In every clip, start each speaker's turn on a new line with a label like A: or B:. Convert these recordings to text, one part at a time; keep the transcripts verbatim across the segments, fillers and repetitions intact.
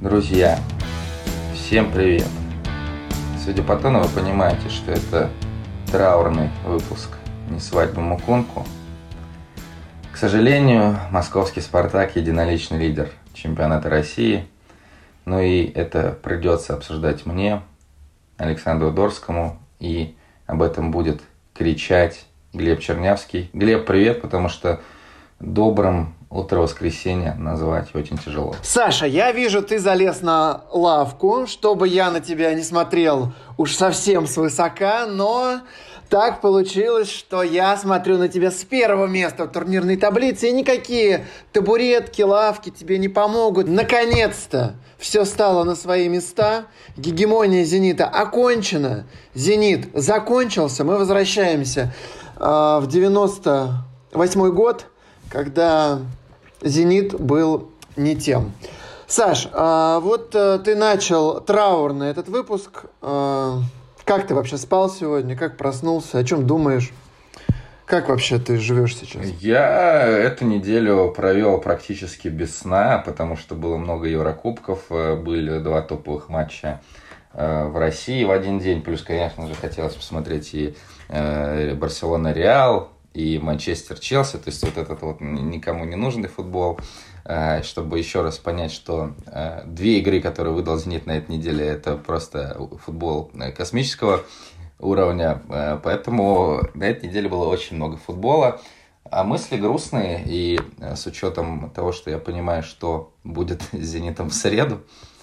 A: Друзья, всем привет! Судя по тону, вы понимаете, что это траурный выпуск «Не свадьба Мукунку». К сожалению, московский «Спартак» – единоличный лидер чемпионата России. Ну и это придется обсуждать мне, Александру Дорскому, и об этом будет кричать Глеб Чернявский. Глеб, привет, потому что добрым утро воскресенья назвать очень тяжело.
B: Саша, я вижу, ты залез на лавку, чтобы я на тебя не смотрел уж совсем свысока, но так получилось, что я смотрю на тебя с первого места в турнирной таблице, и никакие табуретки, лавки тебе не помогут. Наконец-то все стало на свои места, гегемония «Зенита» окончена, «Зенит» закончился, мы возвращаемся э, в девяносто восьмой год, когда «Зенит» был не тем. Саш, а вот а, ты начал траурный этот выпуск. А, как ты вообще спал сегодня? Как проснулся? О чем думаешь? Как вообще ты живешь сейчас?
A: Я эту неделю провел практически без сна, потому что было много Еврокубков, были два топовых матча в России в один день. Плюс, конечно же, хотелось посмотреть и Барселона-Реал, и Манчестер-Челси, то есть вот этот вот никому не нужный футбол, чтобы еще раз понять, что две игры, которые выдал «Зенит» на этой неделе, это просто футбол космического уровня, поэтому на этой неделе было очень много футбола, а мысли грустные, и с учетом того, что я понимаю, что будет с «Зенитом» в среду,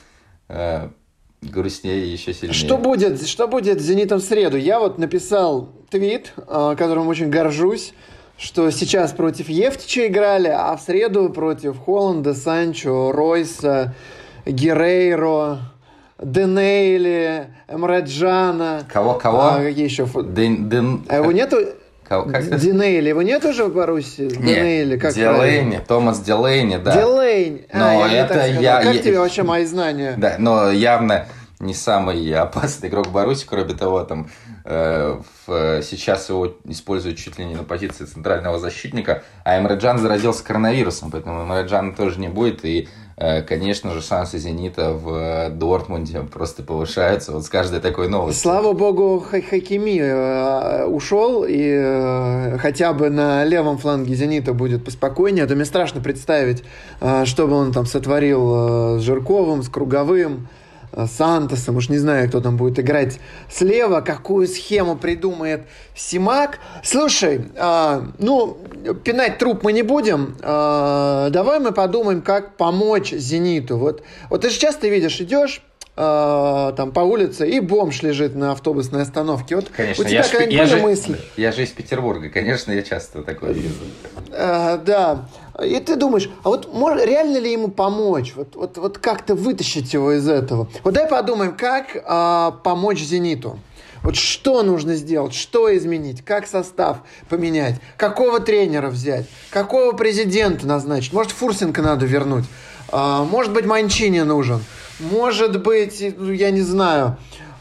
A: грустнее еще сильнее.
B: Что будет, что будет с «Зенитом» в среду? Я вот написал твит, которым очень горжусь, что сейчас против Евтича играли, а в среду против Холланда, Санчо, Ройса, Герейро, Денейли, Эмре Джана.
A: Кого-кого?
B: А, какие еще?
A: Ден, Ден...
B: А его нету? Денейли, его нет уже в Боруссии?
A: Денейли, как Дилейни, Томас Дилейни, да.
B: Дилейни.
A: Но
B: а, я
A: это
B: я... Как
A: я...
B: тебе вообще мои знания?
A: Да, но явно не самый опасный игрок Боруссии, кроме того, там э, в, сейчас его используют чуть ли не на позиции центрального защитника, а Эмре Can заразился коронавирусом, поэтому Эмре Can тоже не будет, и, э, конечно же, шансы «Зенита» в Дортмунде просто повышаются вот с каждой такой новостью.
B: Слава богу, Хакими э, ушел, и э, хотя бы на левом фланге «Зенита» будет поспокойнее, а то мне страшно представить, э, что бы он там сотворил э, с Жирковым, с Круговым, Сантосом, уж не знаю, кто там будет играть слева, какую схему придумает Симак. Слушай, э, ну, пинать труп мы не будем, э, давай мы подумаем, как помочь «Зениту». Вот, вот ты же часто видишь, идешь э, там по улице, и бомж лежит на автобусной остановке. Вот
A: конечно,
B: у тебя
A: какая-нибудь
B: же, мысль?
A: Я же из Петербурга, конечно, я часто такое вижу.
B: Э, да. И ты думаешь, а вот может, реально ли ему помочь? Вот, вот, вот как-то вытащить его из этого? Вот давай подумаем, как а, помочь «Зениту». Вот что нужно сделать, что изменить, как состав поменять, какого тренера взять, какого президента назначить. Может, Фурсенко надо вернуть, а, может быть, Манчини нужен, может быть, я не знаю,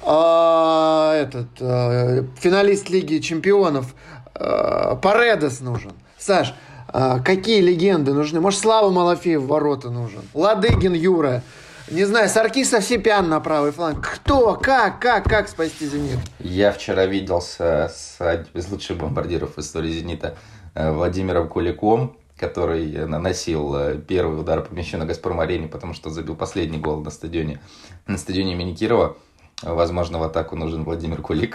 B: а, этот а, финалист Лиги Чемпионов а, Паредес нужен. Саш, А, какие легенды нужны? Может, Слава Малафеев в ворота нужен? Ладыгин Юра. Не знаю, Саркис Овсепян на правый фланг. Кто? Как? Как? Как спасти «Зенит»?
A: Я вчера виделся с одним из лучших бомбардиров в истории «Зенита» Владимиром Куликом, который наносил первый удар по мячу на «Газпром-арене», потому что забил последний гол на стадионе, на стадионе имени Кирова. Возможно, в атаку нужен Владимир Кулик.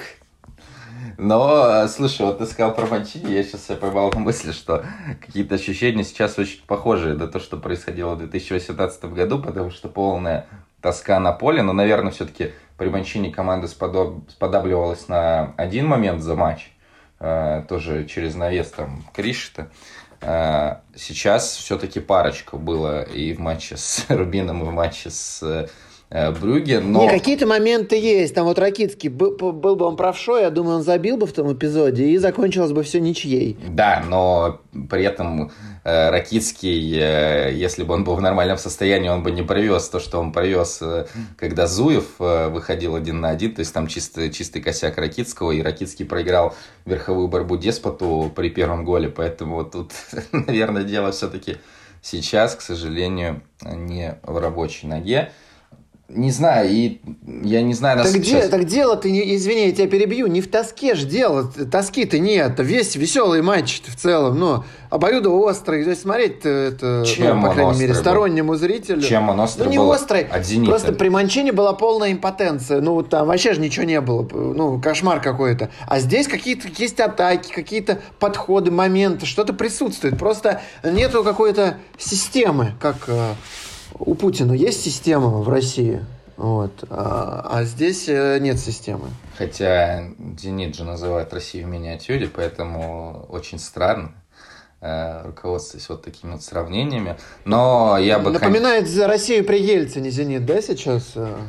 A: Но, слушай, вот ты сказал про Манчини, я сейчас себе поймал на мысли, что какие-то ощущения сейчас очень похожи на то, что происходило в две тысячи восемнадцатом году, потому что полная тоска на поле, но, наверное, все-таки при Манчини команда сподоб... сподабливалась на один момент за матч, э, тоже через навес там Кришта. Э, сейчас все-таки парочка было и в матче с Рубином, и в матче с Брюгге, но...
B: Не, какие-то моменты есть. Там вот Ракицкий, был, был бы он правшой, я думаю, он забил бы в том эпизоде, и закончилось бы все ничьей.
A: Да, но при этом э, Ракицкий, э, если бы он был в нормальном состоянии, он бы не привез то, что он привез, э, когда Зуев э, выходил один на один, то есть там чистый, чистый косяк Ракицкого, и Ракицкий проиграл верховую борьбу Деспоту при первом голе, поэтому вот тут, наверное, дело все-таки сейчас, к сожалению, не в рабочей ноге. Не знаю, и я не знаю,
B: Так,
A: насколько...
B: де, так дело-то, не, извини, я тебя перебью, не в тоске ж дело, тоски-то нет, весь веселый матч в целом, ну, обоюдоострый, то есть смотреть это,
A: Чем
B: ну, по крайней мере,
A: был?
B: стороннему зрителю.
A: Чем он острый
B: Ну, не
A: был
B: острый,
A: от «Зенита»?
B: Просто при Манчине была полная импотенция, ну, там вообще же ничего не было, ну, кошмар какой-то. А здесь какие-то есть атаки, какие-то подходы, моменты, что-то присутствует, просто нету какой-то системы, как... У Путина есть система в России, вот, а, а здесь нет системы.
A: Хотя «Зенит» же называют Россию в миниатюре, поэтому очень странно э, руководствуясь вот такими вот сравнениями. Но я бы...
B: Напоминает за Россию при Ельцине «Зенит», да, сейчас?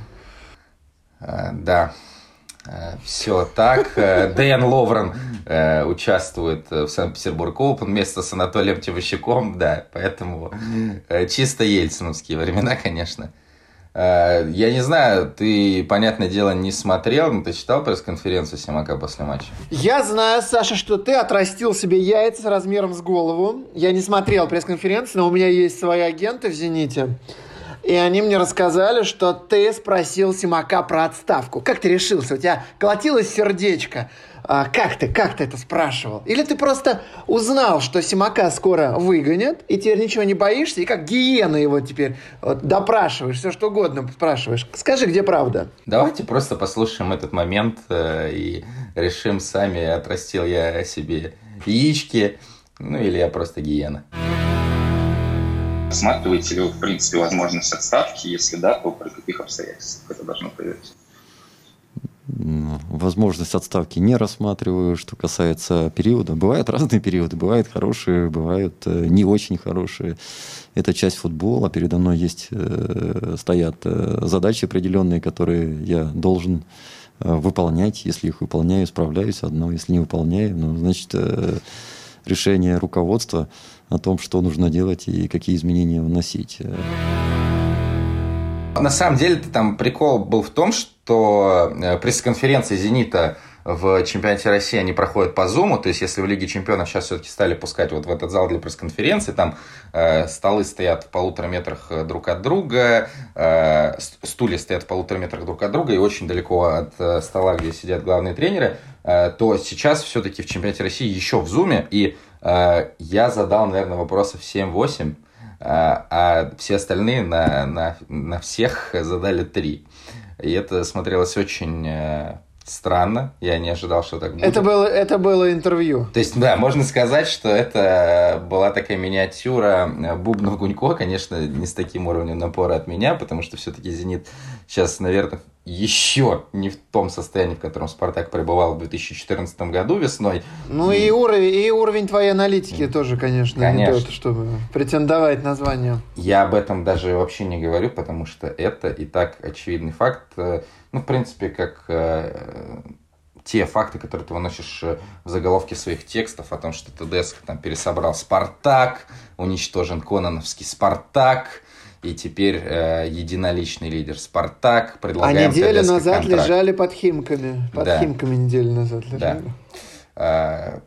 A: Э, да. Все так. Дэн Ловрен э, участвует в Санкт-Петербург Оупен вместе с Анатолием Тимощуком, да, поэтому э, чисто ельциновские времена, конечно. Э, я не знаю, ты, понятное дело, не смотрел, но ты читал пресс-конференцию Симака после матча?
B: Я знаю, Саша, что ты отрастил себе яйца размером с голову. Я не смотрел пресс-конференцию, но у меня есть свои агенты в «Зените». И они мне рассказали, что ты спросил Симака про отставку. Как ты решился? У тебя колотилось сердечко. А как ты? Как ты это спрашивал? Или ты просто узнал, что Симака скоро выгонят, и теперь ничего не боишься, и как гиена его теперь вот, допрашиваешь, все что угодно спрашиваешь. Скажи, где правда?
A: Давайте просто послушаем этот момент э, и решим сами, отрастил я себе яички, ну или я просто гиена.
C: Рассматриваете ли вы, в принципе, возможность отставки? Если да, то при каких обстоятельствах это должно произойти?
D: Возможность отставки не рассматриваю. Что касается периода, бывают разные периоды. Бывают хорошие, бывают не очень хорошие. Это часть футбола. Передо мной есть, стоят задачи определенные, которые я должен выполнять. Если их выполняю, справляюсь одно. Если не выполняю, ну, значит, решение руководства о том, что нужно делать и какие изменения вносить.
A: На самом деле, там прикол был в том, что пресс-конференции «Зенита» в чемпионате России, они проходят по Зуму, то есть если в Лиге чемпионов сейчас все-таки стали пускать вот в этот зал для пресс-конференций, там э, столы стоят в полутора метрах друг от друга, э, стулья стоят в полутора метрах друг от друга и очень далеко от э, стола, где сидят главные тренеры, э, то сейчас все-таки в чемпионате России еще в Зуме, и э, я задал, наверное, вопросов семь-восемь, а все остальные на, на, на всех задали три. И это смотрелось очень странно. Я не ожидал, что так будет.
B: Это было, это было интервью.
A: То есть, да, можно сказать, что это была такая миниатюра Бубнов-Гунько. Конечно, не с таким уровнем напора от меня, потому что все-таки «Зенит» сейчас, наверное, еще не в том состоянии, в котором «Спартак» пребывал в две тысячи четырнадцатом году весной.
B: Ну и уровень, и уровень твоей аналитики mm. тоже, конечно,
A: конечно,
B: не тот, чтобы претендовать на звание.
A: Я об этом даже вообще не говорю, потому что это и так очевидный факт. Ну, в принципе, как э, те факты, которые ты выносишь в заголовке своих текстов о том, что ТДСК там пересобрал «Спартак», уничтожен кононовский «Спартак», и теперь э, единоличный лидер «Спартак». Предлагаем
B: а неделю
A: ТДСК
B: назад
A: контракт.
B: Лежали под Химками. Под
A: да.
B: Химками неделю назад лежали.
A: Да.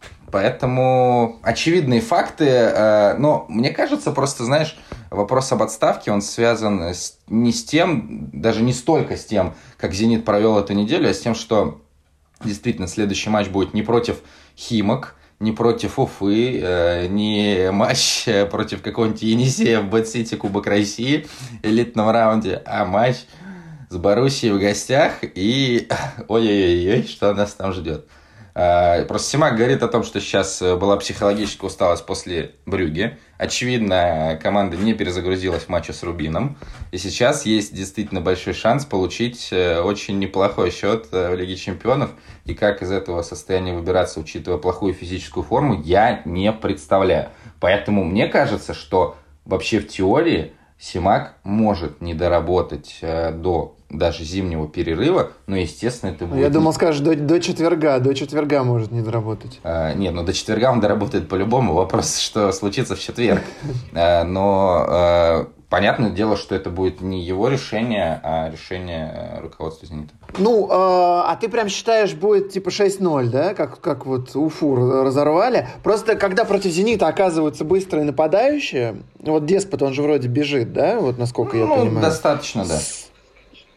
A: Поэтому очевидные факты, но мне кажется, просто, знаешь, вопрос об отставке, он связан с, не с тем, даже не столько с тем, как «Зенит» провел эту неделю, а с тем, что действительно следующий матч будет не против «Химок», не против Уфы, не матч против какого-нибудь Енисея в Бэт-Сити Кубок России в элитном раунде, а матч с Боруссией в гостях и ой-ой-ой, что нас там ждет. Просто Симак говорит о том, что сейчас была психологическая усталость после Брюгге. Очевидно, команда не перезагрузилась в матче с Рубином. И сейчас есть действительно большой шанс получить очень неплохой счет в Лиге чемпионов. И как из этого состояния выбираться, учитывая плохую физическую форму, я не представляю. Поэтому мне кажется, что вообще в теории Симак может не доработать до даже зимнего перерыва, но, естественно, это будет...
B: Я думал, скажешь, до, до четверга, до четверга может не доработать.
A: А, нет, ну до четверга он доработает по-любому, вопрос, что случится в четверг. А, но а, понятное дело, что это будет не его решение, а решение руководства «Зенита».
B: Ну, а, а ты прям считаешь, будет типа шесть ноль, да? Как, как вот Уфу разорвали. Просто когда против «Зенита» оказываются быстрые нападающие, вот Деспот, он же вроде бежит, да? Вот насколько
A: ну,
B: я понимаю.
A: Достаточно, да.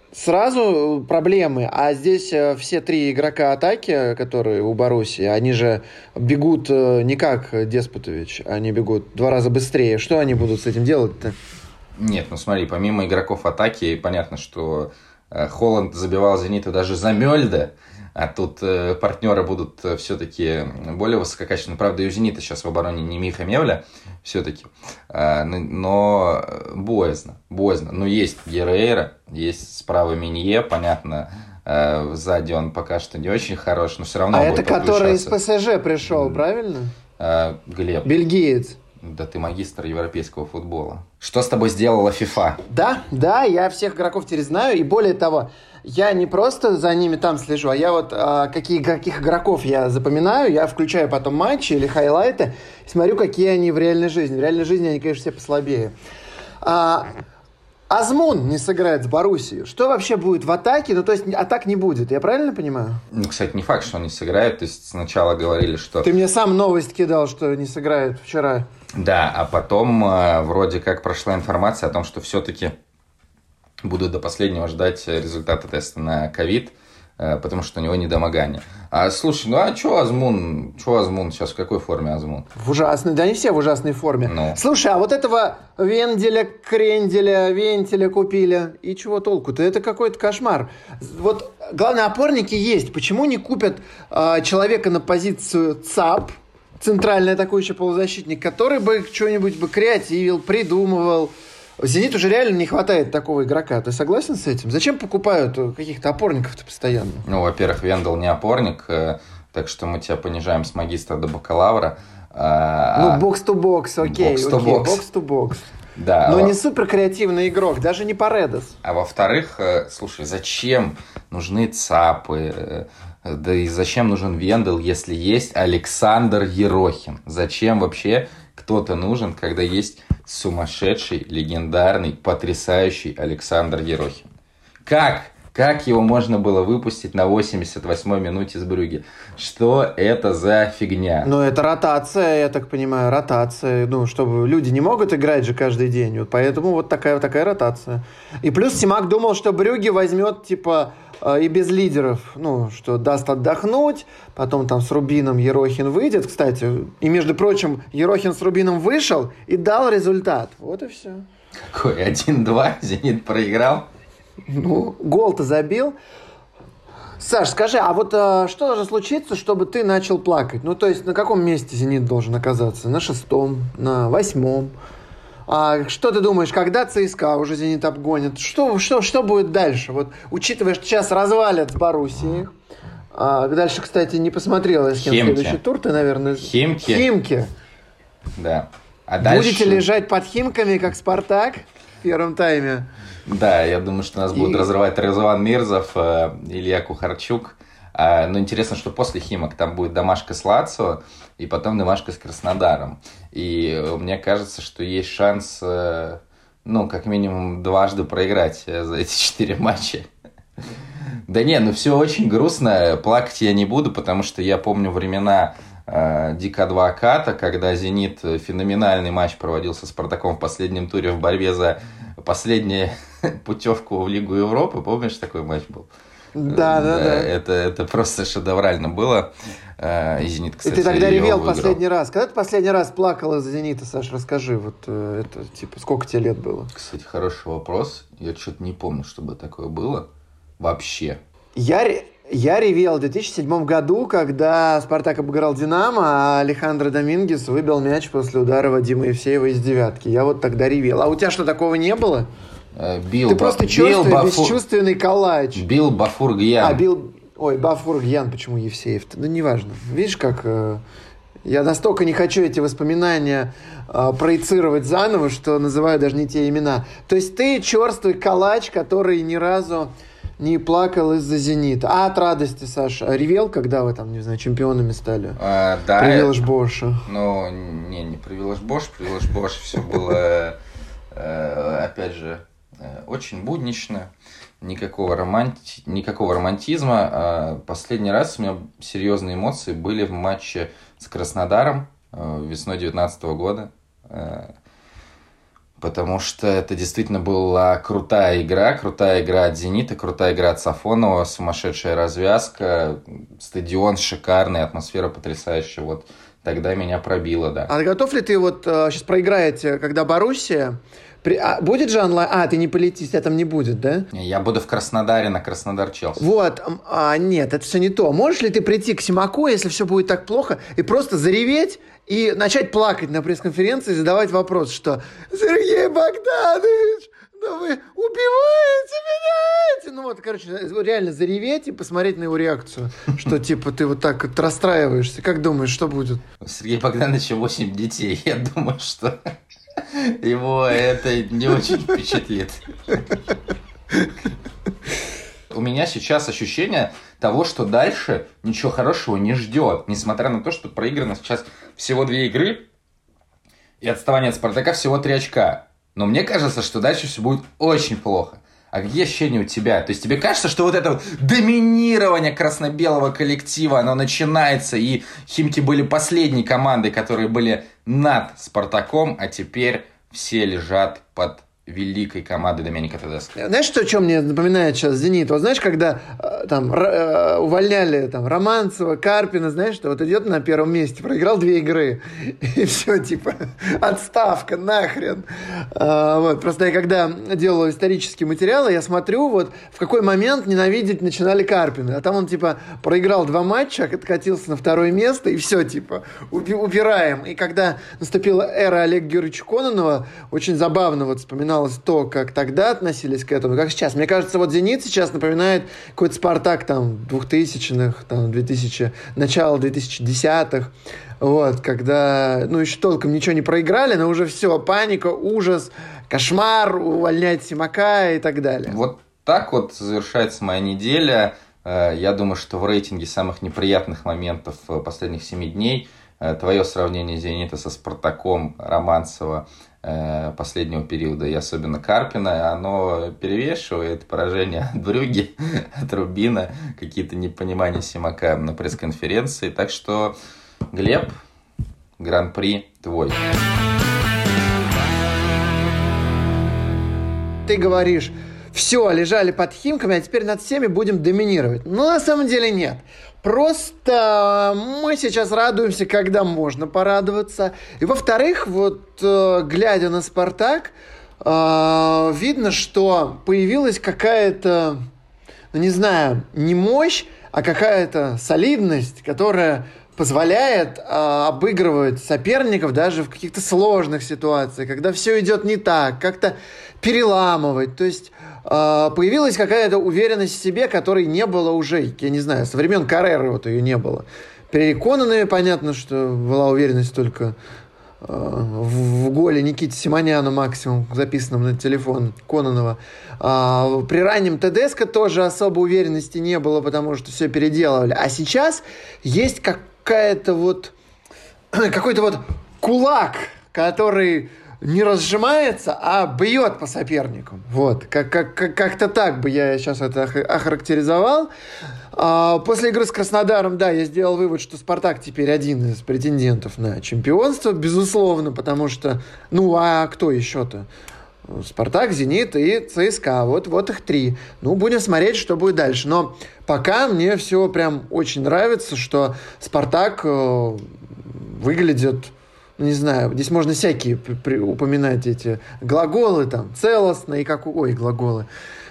B: сразу проблемы. А здесь э, все три игрока атаки, которые у Боруссии, они же бегут э, не как Деспотович, они бегут два раза быстрее. Что они будут с этим делать-то?
A: Нет, ну смотри, помимо игроков атаки, понятно, что э, Холланд забивал «Зениту» даже за Мёльде, а тут э, партнеры будут э, все-таки более высококачественные. Правда, и у «Зенита» сейчас в обороне не Миха Мевля все-таки, э, но боязно, боязно. Но есть Геррейра, есть справа Минье, понятно, э, сзади он пока что не очень хорош, но все равно
B: А
A: будет
B: это который из
A: подключаться.
B: ПСЖ пришел, правильно?
A: Э, Глеб,
B: Бельгиец.
A: да ты магистр европейского футбола. Что с тобой сделала FIFA?
B: Да, да, я всех игроков теперь знаю, и более того, я не просто за ними там слежу, а я вот а, какие, каких игроков я запоминаю, я включаю потом матчи или хайлайты, и смотрю, какие они в реальной жизни. В реальной жизни они, конечно, все послабее. А, Азмун не сыграет с Боруссией. Что вообще будет в атаке? Ну, то есть атак не будет, я правильно понимаю?
A: Ну, кстати, не факт, что он не сыграет. То есть сначала говорили, что...
B: Ты мне сам новость кидал, что не сыграет вчера.
A: Да, а потом э, вроде как прошла информация о том, что все-таки будут до последнего ждать результата теста на ковид, э, потому что у него недомогание. А слушай, ну а что Азмун? Что Азмун сейчас? В какой форме Азмун?
B: В ужасной, да они все в ужасной форме.
A: Ну.
B: Слушай, а вот этого Венделя, Кренделя, Вентеля купили, и чего толку-то? Это какой-то кошмар. Вот, главное, опорники есть. Почему не купят э, человека на позицию ЦАП, центральный атакующий полузащитник, который бы что-нибудь бы креативил, придумывал? «Зениту» уже реально не хватает такого игрока. Ты согласен с этим? Зачем покупают каких-то опорников-то постоянно?
A: Ну, во-первых, Вендел не опорник, э, так что мы тебя понижаем с магистра до бакалавра.
B: А... Ну, бокс-то-бокс, окей.
A: Бокс-то-бокс.
B: Бокс-то-бокс.
A: Да.
B: Но
A: а...
B: не супер креативный игрок, даже не Паредос.
A: А во-вторых, э, слушай, зачем нужны ЦАПы? Э, да и зачем нужен Вендел, если есть Александр Ерохин? Зачем вообще кто-то нужен, когда есть сумасшедший, легендарный, потрясающий Александр Ерохин? Как? Как его можно было выпустить на восемьдесят восьмой минуте с Брюгге? Что это за фигня?
B: Ну, это ротация, я так понимаю, ротация. Ну, чтобы люди не могут играть же каждый день. Вот поэтому вот такая, такая ротация. И плюс Симак думал, что Брюгге возьмет, типа, и без лидеров. Ну, что даст отдохнуть. Потом там с Рубином Ерохин выйдет, кстати. И, между прочим, Ерохин с Рубином вышел и дал результат. Вот и все.
A: Какой? один-два? «Зенит» проиграл?
B: Ну, гол-то забил. Саш, скажи, а вот а, что должно случиться, чтобы ты начал плакать? Ну, то есть, на каком месте «Зенит» должен оказаться? На шестом, на восьмом? А что ты думаешь, когда ЦСКА уже «Зенит» обгонит? Что, что, что будет дальше? Вот, учитывая, что сейчас развалят с Боруссией. А, дальше, кстати, не посмотрел, с кем
A: Химки.
B: следующий тур. Ты, наверное...
A: Химки.
B: Химки.
A: Да. А дальше...
B: Будете лежать под Химками, как «Спартак» в первом тайме?
A: Да, я думаю, что нас будут
B: И...
A: разрывать Резван Мирзов, э, Илья Кухарчук. А, но интересно, что после Химок там будет домашка с Лацио, и потом домашка с Краснодаром. И э, мне кажется, что есть шанс, э, ну, как минимум дважды проиграть э, за эти четыре матча. Да не, ну все очень грустно, плакать я не буду, потому что я помню времена э, Дик-адвоката, когда «Зенит» феноменальный матч проводил со «Спартаком» в последнем туре в борьбе за последнюю путевку в Лигу Европы. Помнишь, такой матч был?
B: Да, да, да.
A: Это, это просто шедеврально было. И «Зенит», кстати,
B: и ты тогда
A: его
B: ревел
A: выиграл.
B: Последний раз. Когда ты последний раз плакал из-за «Зенита», Саш, расскажи. Вот э, это, типа, сколько тебе лет было?
A: Кстати, хороший вопрос. Я что-то не помню, чтобы такое было. Вообще.
B: Я, я ревел в две тысячи седьмом году, когда «Спартак» обыграл «Динамо», а Алехандро Домингес выбил мяч после удара Вадима Евсеева из девятки. Я вот тогда ревел. А у тебя что, такого не было?
A: Бил
B: Ты
A: Ба...
B: просто
A: Бил
B: чувствуешь,
A: Бафу...
B: бесчувственный калач.
A: Бил Бафургьян.
B: А, бил... Ой, Бафургьян, почему Евсеев? Ну, неважно. Видишь, как... Э... Я настолько не хочу эти воспоминания э, проецировать заново, что называю даже не те имена. То есть ты черствый калач, который ни разу не плакал из-за «Зенита». А от радости, Саша, ревел, когда вы там, не знаю, чемпионами стали?
A: А, да.
B: При Виллаж-Боше.
A: Ну, не, не при Виллаж-Бош. При Виллаж-Бош все было, опять же, очень буднично. Никакого, романти... Никакого романтизма. Последний раз у меня серьезные эмоции были в матче с Краснодаром весной девятнадцатого года. потому что это действительно была крутая игра, крутая игра от «Зенита», крутая игра от Сафонова, сумасшедшая развязка, стадион шикарный, атмосфера потрясающая. Вот тогда меня пробило, да.
B: А готов ли ты вот сейчас проиграете, когда Боруссия... При... А, будет же онлайн? А, ты не полетишь, тебя там не будет, да?
A: Я буду в Краснодаре на Краснодар-Челси.
B: Вот, а, нет, это все не то. Можешь ли ты прийти к Симаку, если все будет так плохо, и просто зареветь и начать плакать на пресс-конференции и задавать вопрос, что «Сергей Богданович, да вы убиваете меня!» Ну вот, короче, реально зареветь и посмотреть на его реакцию, что типа ты вот так вот расстраиваешься. Как думаешь, что будет?
A: У Сергея Богдановича восемь детей. Я думаю, что... Его это не очень впечатлит. У меня сейчас ощущение того, что дальше ничего хорошего не ждет. Несмотря на то, что проиграно сейчас всего две игры, и отставание от «Спартака» всего три очка. Но мне кажется, что дальше все будет очень плохо. А какие ощущения у тебя? То есть тебе кажется, что вот это вот доминирование красно-белого коллектива, оно начинается, и «Химки» были последней командой, которые были над «Спартаком», а теперь все лежат под великой командой Доменика Тедеско.
B: Знаешь, что, что мне напоминает сейчас «Зенит»? Вот знаешь, когда э, там э, увольняли там, Романцева, Карпина, знаешь, что вот идет на первом месте, проиграл две игры, и все, типа, отставка, нахрен. А, вот, просто я когда делаю исторические материалы, я смотрю, вот, в какой момент ненавидеть начинали Карпина. А там он, типа, проиграл два матча, откатился на второе место, и все, типа, убираем. И когда наступила эра Олега Георгиевича Кононова, очень забавно вот вспоминал то, как тогда относились к этому, как сейчас. Мне кажется, вот «Зенит» сейчас напоминает какой-то «Спартак» там двухтысячных, там, две тысячи, начало двухтысячных, вот, когда, ну, еще толком ничего не проиграли, но уже все, паника, ужас, кошмар, увольнять Симака и так далее.
A: Вот так вот завершается моя неделя. Я думаю, что в рейтинге самых неприятных моментов последних семи дней твое сравнение «Зенита» со «Спартаком», Романцева последнего периода и особенно Карпина, оно перевешивает поражение от Брюгге, от Рубина, какие-то непонимания Симака на пресс-конференции. Так что, Глеб, гран-при твой.
B: Ты говоришь, все, лежали под Химками, а теперь над всеми будем доминировать. Но на самом деле нет. Просто мы сейчас радуемся, когда можно порадоваться. И во-вторых, вот глядя на «Спартак», видно, что появилась какая-то, ну не знаю, не мощь, а какая-то солидность, которая позволяет обыгрывать соперников даже в каких-то сложных ситуациях, когда все идет не так, как-то переламывать. То есть появилась какая-то уверенность в себе, которой не было уже, я не знаю, со времен Карреры вот ее не было. При Кононове понятно, что была уверенность только э, в, в голе Никите Симоняну максимум, записанном на телефон Кононова. А, при раннем Тедеско тоже особо уверенности не было, потому что все переделывали. А сейчас есть какая-то вот какой-то вот кулак, который не разжимается, а бьет по сопернику. Вот. Как- как- как- как-то так бы я сейчас это ох- охарактеризовал. А, после игры с Краснодаром, да, я сделал вывод, что «Спартак» теперь один из претендентов на чемпионство, безусловно, потому что, ну, а кто еще-то? «Спартак», «Зенит» и ЦСКА. Вот, вот их три. Ну, будем смотреть, что будет дальше. Но пока мне все прям очень нравится, что «Спартак» э, выглядит... Не знаю, здесь можно всякие при, при, упоминать эти глаголы, там, целостно и как... Ой, глаголы.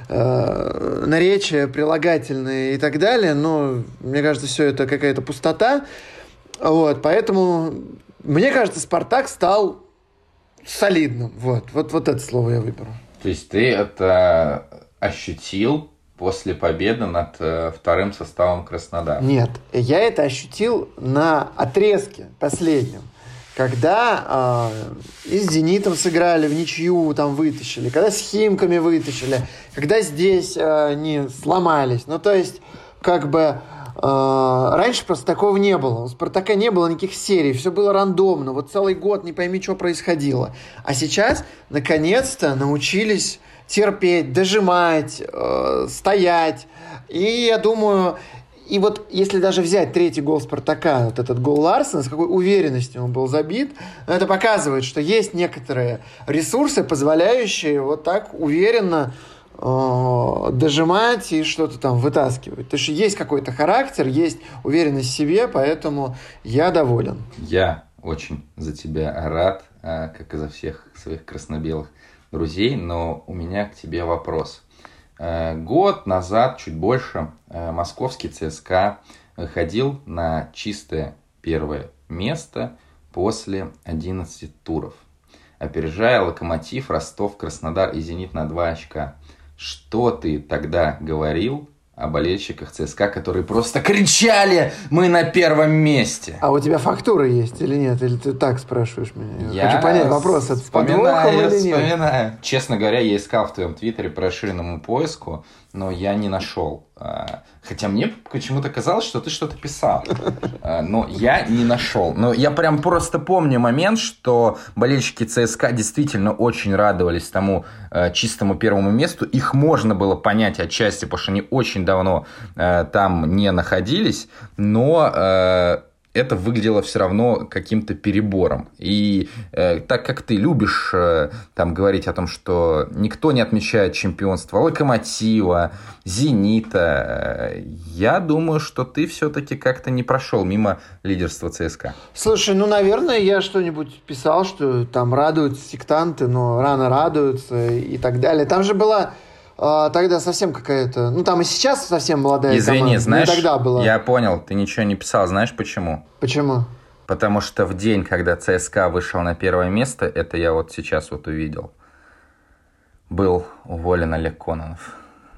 B: Э, наречия, прилагательные и так далее, но мне кажется, все это какая-то пустота. Вот, поэтому, мне кажется, «Спартак» стал солидным. Вот, вот, вот это слово я выберу.
A: То есть ты это ощутил после победы над э, вторым составом Краснодара?
B: Нет, я это ощутил на отрезке последнем. Когда э, и с «Зенитом» сыграли, в ничью там вытащили, когда с «Химками» вытащили, когда здесь э, они сломались. Ну, то есть, как бы, э, раньше просто такого не было. У «Спартака» не было никаких серий, все было рандомно. Вот целый год не пойми, что происходило. А сейчас, наконец-то, научились терпеть, дожимать, э, стоять. И, я думаю... И вот если даже взять третий гол Спартака, вот этот гол Ларсена, с какой уверенностью он был забит, это показывает, что есть некоторые ресурсы, позволяющие вот так уверенно э, дожимать и что-то там вытаскивать. То есть есть какой-то характер, есть уверенность в себе, поэтому я доволен.
A: Я очень за тебя рад, как и за всех своих красно-белых друзей, но у меня к тебе вопрос. Год назад, чуть больше, московский ЦСКА выходил на чистое первое место после одиннадцати туров, опережая Локомотив, Ростов, Краснодар и Зенит на два очка. Что ты тогда говорил о болельщиках ЦСКА, которые просто кричали: «Мы на первом месте»?
B: А у тебя фактура есть или нет? Или ты так спрашиваешь меня?
A: Я
B: хочу понять вопрос, это с подвохом или нет?
A: Вспоминаю. Честно говоря, я искал в твоем твиттере по расширенному поиску, но я не нашел. Хотя мне почему-то казалось, что ты что-то писал. Но я не нашел. Но я прям просто помню момент, что болельщики ЦСКА действительно очень радовались тому чистому первому месту. Их можно было понять отчасти, потому что они очень давно там не находились. Но это выглядело все равно каким-то перебором. И э, так как ты любишь э, там говорить о том, что никто не отмечает чемпионство Локомотива, Зенита, э, я думаю, что ты все-таки как-то не прошел мимо лидерства ЦСКА.
B: Слушай, ну, наверное, я что-нибудь писал, что там радуются сектанты, но рано радуются и так далее. Там же была... Тогда совсем какая-то... Ну, там и сейчас совсем молодая
A: Извини,
B: команда.
A: знаешь,
B: тогда была.
A: Я понял, ты ничего не писал. Знаешь почему?
B: Почему?
A: Потому что в день, когда ЦСКА вышел на первое место, это я вот сейчас вот увидел, был уволен Олег Кононов.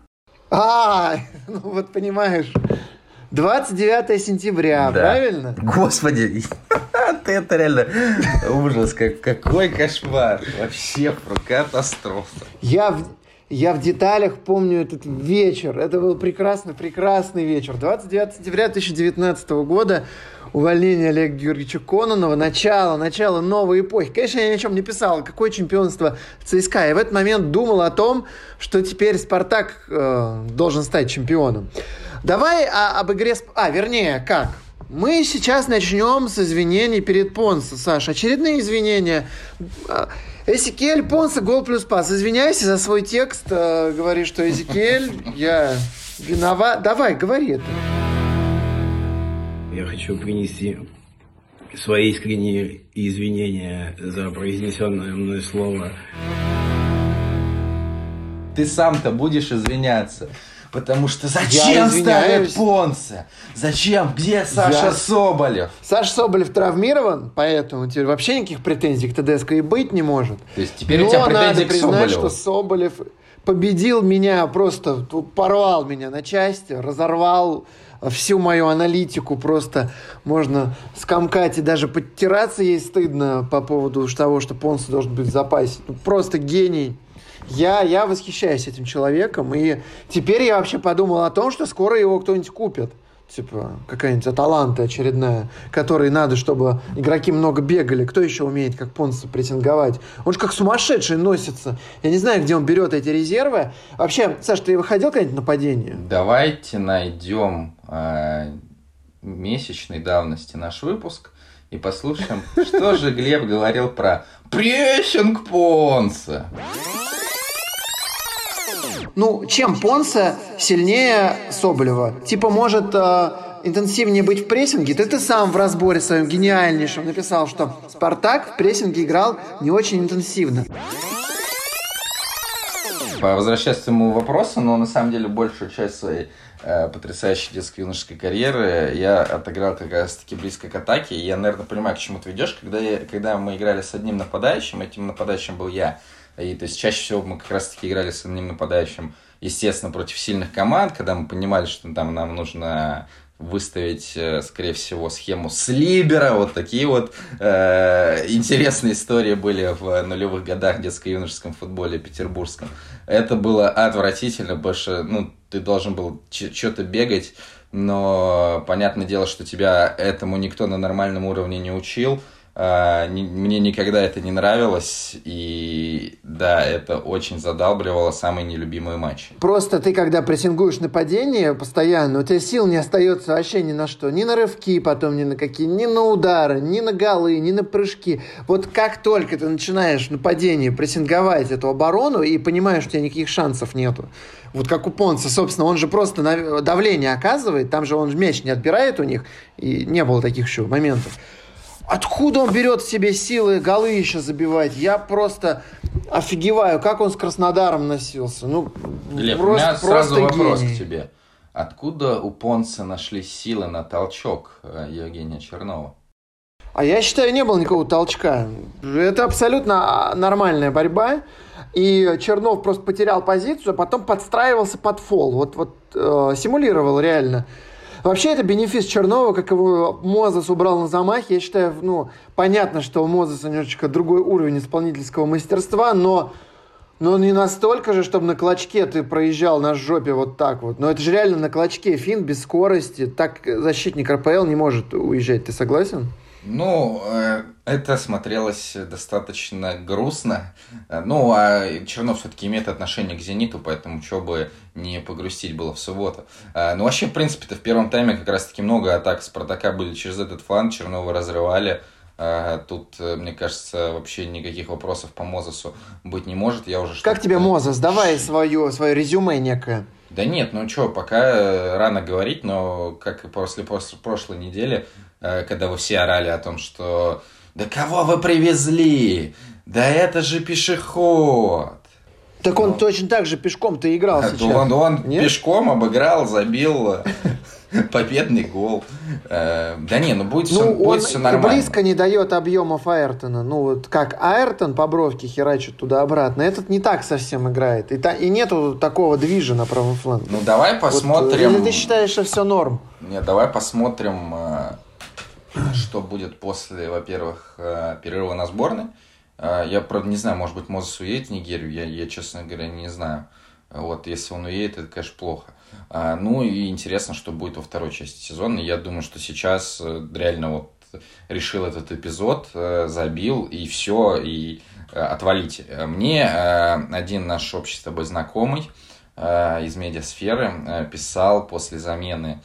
B: А, ну вот понимаешь... двадцать девятое сентября,
A: да.
B: Правильно?
A: Господи, ты это реально ужас, какой кошмар. Вообще катастрофа.
B: Я... Я в деталях помню этот вечер. Это был прекрасный, прекрасный вечер. двадцать девятое сентября две тысячи девятнадцатого года. Увольнение Олега Георгиевича Кононова. Начало, начало новой эпохи. Конечно, я ни о чем не писал. Какое чемпионство ЦСКА. Я в этот момент думал о том, что теперь Спартак э, должен стать чемпионом. Давай а, об игре... А, вернее, как? Мы сейчас начнем с извинений перед Понсо, Саша. Очередные извинения. Эзекиэль Понсо, гол плюс пас. Извиняйся за свой текст. Э, говори, что Эзекиэль, я виноват. Давай, говори это.
E: Я хочу принести свои искренние извинения за произнесенное мной слово.
A: Ты сам-то будешь извиняться. Потому что зачем ставят Понсо? Зачем? Где Саша я... Соболев?
B: Саша Соболев травмирован, поэтому теперь вообще никаких претензий к ТДСК и быть не может.
A: То есть теперь Но у тебя претензии к Соболеву?
B: Надо признать, что Соболев победил меня, просто порвал меня на части, разорвал всю мою аналитику. Просто можно скомкать и даже подтираться ей стыдно по поводу того, что Понсо должен быть в запасе. Ну, просто гений. Я, я восхищаюсь этим человеком, и теперь я вообще подумал о том, что скоро его кто-нибудь купит. Типа какая-нибудь Аталанта очередная, которой надо, чтобы игроки много бегали. Кто еще умеет, как Понсо, прессинговать? Он же как сумасшедший носится. Я не знаю, где он берет эти резервы. Вообще, Саш, ты выходил когда-нибудь на падение?
A: Давайте найдем э, месячной давности наш выпуск и послушаем, что же Глеб говорил про прессинг Понсо.
B: Ну, чем Понсо сильнее Соболева? Типа, может э, интенсивнее быть в прессинге? Ты, ты сам в разборе своем гениальнейшем написал, что Спартак в прессинге играл не очень интенсивно.
A: Возвращаясь к твоему вопросу, но на самом деле большую часть своей э, потрясающей детской юношеской карьеры я отыграл как раз-таки близко к атаке. И я, наверное, понимаю, к чему ты ведешь. Когда, я, когда мы играли с одним нападающим, этим нападающим был я. И то есть чаще всего мы как раз-таки играли с одним нападающим, естественно, против сильных команд, когда мы понимали, что там нам нужно выставить, скорее всего, схему с либеро. Вот такие вот э, интересные истории были в нулевых годах в детско-юношеском футболе петербургском. Это было отвратительно, потому что ну, ты должен был что-то бегать, но понятное дело, что тебя этому никто на нормальном уровне не учил. Мне никогда это не нравилось, и да, это очень задалбливало самые нелюбимые матчи.
B: Просто ты, когда прессингуешь нападение постоянно, у тебя сил не остается вообще ни на что. Ни на рывки потом, ни на какие, ни на удары, ни на голы, ни на прыжки. Вот как только ты начинаешь нападение прессинговать эту оборону и понимаешь, что у тебя никаких шансов нету. Вот как у Понса, собственно, он же просто давление оказывает, там же он мяч не отбирает у них, и не было таких еще моментов. Откуда он берет в себе силы голы еще забивать? Я просто офигеваю, как он с Краснодаром носился. Ну,
A: Глеб,
B: просто,
A: у меня сразу
B: просто
A: вопрос
B: гений.
A: к тебе. Откуда у Понса нашлись силы на толчок Евгения Чернова?
B: А я считаю, не было никакого толчка. Это абсолютно нормальная борьба. И Чернов просто потерял позицию, а потом подстраивался под фол. Вот, вот э, симулировал реально. Вообще, это бенефис Чернова, как его Мозес убрал на замахе. Я считаю, ну, понятно, что у Мозеса немножечко другой уровень исполнительского мастерства, но, но не настолько же, чтобы на клочке ты проезжал на жопе вот так вот. Но это же реально на клочке финт без скорости. Так защитник эр пэ эл не может уезжать. Ты согласен?
A: Ну, это смотрелось достаточно грустно. Ну, а Чернов все-таки имеет отношение к «Зениту», поэтому что бы не погрустить было в субботу. Ну, вообще, в принципе-то, в первом тайме как раз-таки много атак «Спартака» были через этот фланг, Чернова разрывали. Тут, мне кажется, вообще никаких вопросов по Мозесу быть не может. Я уже
B: как тебе Мозес? Давай свое, свое резюме некое.
A: Да нет, ну что, пока рано говорить, но как и после, после прошлой недели, когда вы все орали о том, что «Да кого вы привезли? Да это же пешеход!»
B: Так он ну, точно так же пешком-то играл сейчас.
A: Он, он пешком обыграл, забил победный гол. Да не, ну будет,
B: ну,
A: все, будет все нормально.
B: Близко не дает объемов Аэртона. Ну вот как Аэртон по бровке херачит туда-обратно. Этот не так совсем играет. И, та, и нету такого движа на правом фланге.
A: Ну давай посмотрим.
B: Вот, или ты считаешь, что все норм?
A: Нет, давай посмотрим, что будет после, во-первых, перерыва на сборной. Я, правда, не знаю, может быть, Мозес уедет в Нигерию, я, я, честно говоря, не знаю. Вот, если он уедет, это, конечно, плохо. Ну, и интересно, что будет во второй части сезона. Я думаю, что сейчас реально вот решил этот эпизод, забил, и все, и отвалите. Мне один наш общий с тобой знакомый из медиасферы писал после замены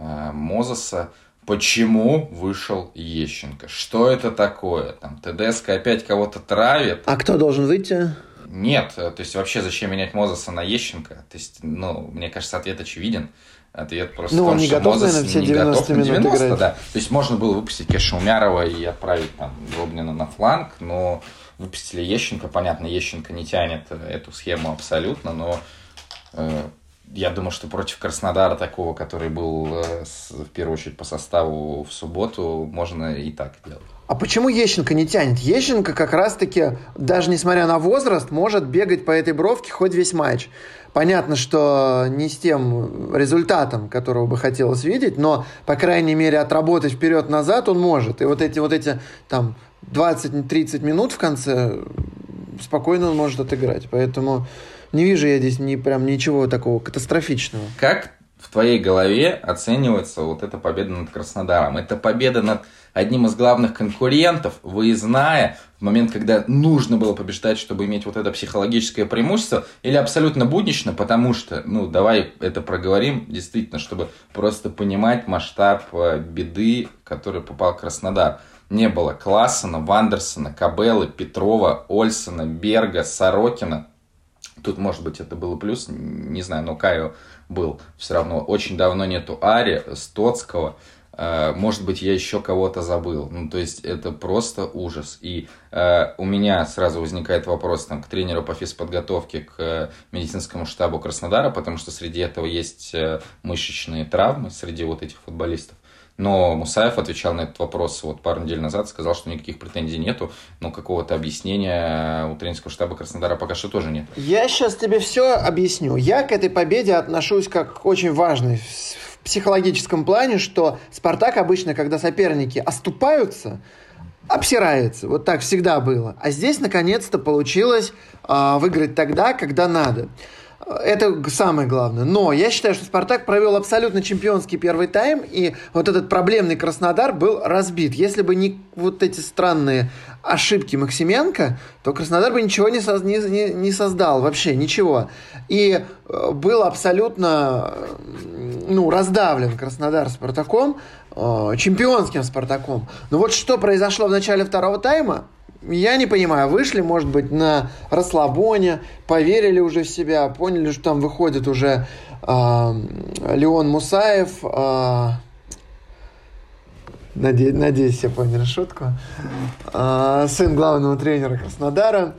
A: Мозеса, почему вышел Ещенко? Что это такое? Там ТДСК опять кого-то травит.
B: А кто должен выйти?
A: Нет, то есть вообще зачем менять Мозеса на Ещенко? То есть, ну, мне кажется, ответ очевиден. Ответ просто
B: ну,
A: в том,
B: не
A: что
B: готов,
A: Мозес
B: наверное, все
A: не
B: девяносто
A: готов на
B: минут
A: девяносто,
B: играть.
A: Да. То есть можно было выпустить Кеша Умярова и отправить там Злобнина на фланг, но выпустили Ещенко. Понятно, Ещенко не тянет эту схему абсолютно, но э, я думаю, что против Краснодара, такого, который был э, с, в первую очередь по составу в субботу, можно и так делать.
B: А почему Ещенко не тянет? Ещенко как раз-таки, даже несмотря на возраст, может бегать по этой бровке хоть весь матч. Понятно, что не с тем результатом, которого бы хотелось видеть, но, по крайней мере, отработать вперед-назад он может. И вот эти, вот эти там двадцать-тридцать минут в конце спокойно он может отыграть. Поэтому не вижу я здесь ни, прям ничего такого катастрофичного.
A: Как в твоей голове оценивается вот эта победа над Краснодаром? Это победа над одним из главных конкурентов, выездная, в момент, когда нужно было побеждать, чтобы иметь вот это психологическое преимущество, или абсолютно буднично, потому что, ну, давай это проговорим, действительно, чтобы просто понимать масштаб беды, в которую попал Краснодар. Не было Классена, Вандерсона, Кабеллы, Петрова, Ольсона, Берга, Сорокина. Тут, может быть, это было плюс, не знаю, но Кайо был все равно. Очень давно нету Ари, Стоцкого. Может быть, я еще кого-то забыл. Ну, то есть, это просто ужас. И э, у меня сразу возникает вопрос там, к тренеру по физподготовке, к медицинскому штабу Краснодара, потому что среди этого есть мышечные травмы среди вот этих футболистов. Но Мусаев отвечал на этот вопрос вот пару недель назад, сказал, что никаких претензий нету, но какого-то объяснения у тренерского штаба Краснодара пока что тоже нет.
B: Я сейчас тебе все объясню. Я к этой победе отношусь как к очень важной в психологическом плане, что «Спартак» обычно, когда соперники оступаются, обсирается. Вот так всегда было. А здесь, наконец-то, получилось э, выиграть тогда, когда надо. Это самое главное. Но я считаю, что «Спартак» провел абсолютно чемпионский первый тайм, и вот этот проблемный Краснодар был разбит. Если бы не вот эти странные ошибки Максименко, то Краснодар бы ничего не, со, не, не, не создал, вообще ничего. И был абсолютно ну, раздавлен Краснодар «Спартаком», чемпионским «Спартаком». Но вот что произошло в начале второго тайма, я не понимаю. Вышли, может быть, на расслабоне, поверили уже в себя, поняли, что там выходит уже э, Леон Мусаев. Э, надеюсь, надеюсь, все поняли шутку. Э, сын главного тренера Краснодара.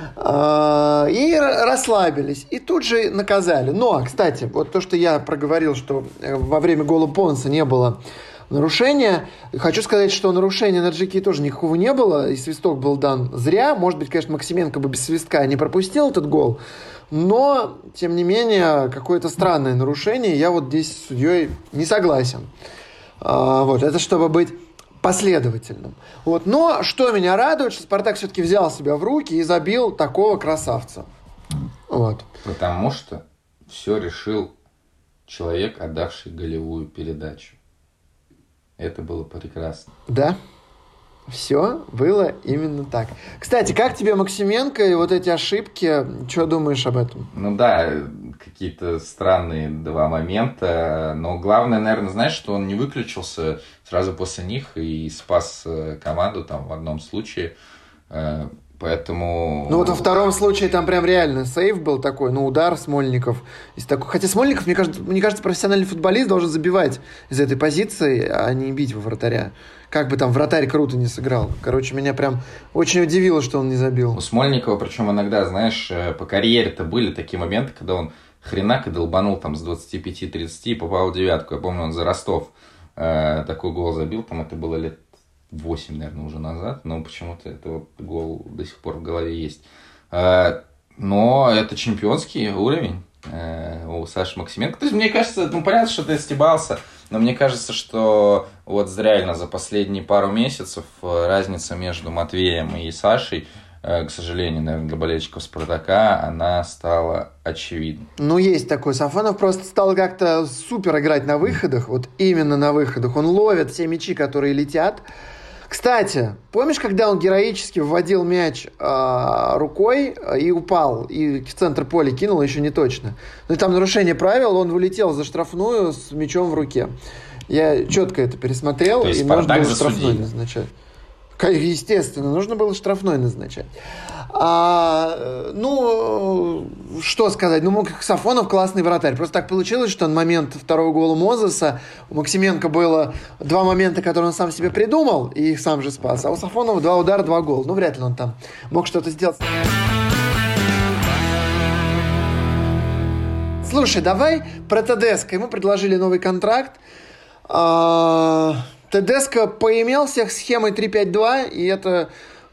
B: Э, и расслабились. И тут же наказали. Но, кстати, вот то, что я проговорил, что во время гола Понса не было нарушения. Хочу сказать, что нарушения на Джеки тоже никакого не было, и свисток был дан зря. Может быть, конечно, Максименко бы без свистка не пропустил этот гол, но, тем не менее, какое-то странное нарушение. Я вот здесь с судьей не согласен. А, вот, это чтобы быть последовательным. Вот. Но что меня радует, что «Спартак» все-таки взял себя в руки и забил такого красавца. Вот.
A: Потому что все решил человек, отдавший голевую передачу. Это было прекрасно.
B: Да, все было именно так. Кстати, как тебе Максименко и вот эти ошибки? Что думаешь об этом?
A: Ну да, какие-то странные два момента. Но главное, наверное, знаешь, что он не выключился сразу после них и спас команду там в одном случае. Поэтому...
B: Ну вот во втором случае там прям реально сейв был такой, ну удар Смольников. Из такой... Хотя Смольников, мне кажется, мне кажется, профессиональный футболист должен забивать из этой позиции, а не бить во вратаря. Как бы там вратарь круто не сыграл. Короче, меня прям очень удивило, что он не забил.
A: У Смольникова, причем иногда, знаешь, по карьере-то были такие моменты, когда он хренак и долбанул там с двадцати пяти тридцати и попал в девятку. Я помню, он за Ростов э, такой гол забил, там это было лет восемь, наверное, уже назад, но почему-то этот гол до сих пор в голове есть. Но это чемпионский уровень у Саши Максименко. То есть, мне кажется, ну, понятно, что ты стебался, но мне кажется, что вот реально за последние пару месяцев разница между Матвеем и Сашей, к сожалению, наверное, для болельщиков «Спартака», она стала очевидной.
B: Ну, есть такой. Сафонов просто стал как-то супер играть на выходах, вот именно на выходах. Он ловит все мячи, которые летят. Кстати, помнишь, когда он героически вводил мяч э, рукой и упал, и в центр поля кинул, еще не точно. Но там нарушение правил, он вылетел за штрафную с мячом в руке. Я четко это пересмотрел,
A: То есть
B: и нужно было
A: засудили.
B: Штрафной назначать. Естественно, нужно было штрафной назначать. А, ну, что сказать? Ну, Сафонов классный вратарь. Просто так получилось, что на момент второго гола Мозеса у Максименко было два момента, которые он сам себе придумал, и их сам же спас. А у Сафонова два удара, два гола. Ну, вряд ли он там мог что-то сделать. Слушай, давай про Тедеско. Ему предложили новый контракт. А... Тедеско поимел всех схемой три пять два, и это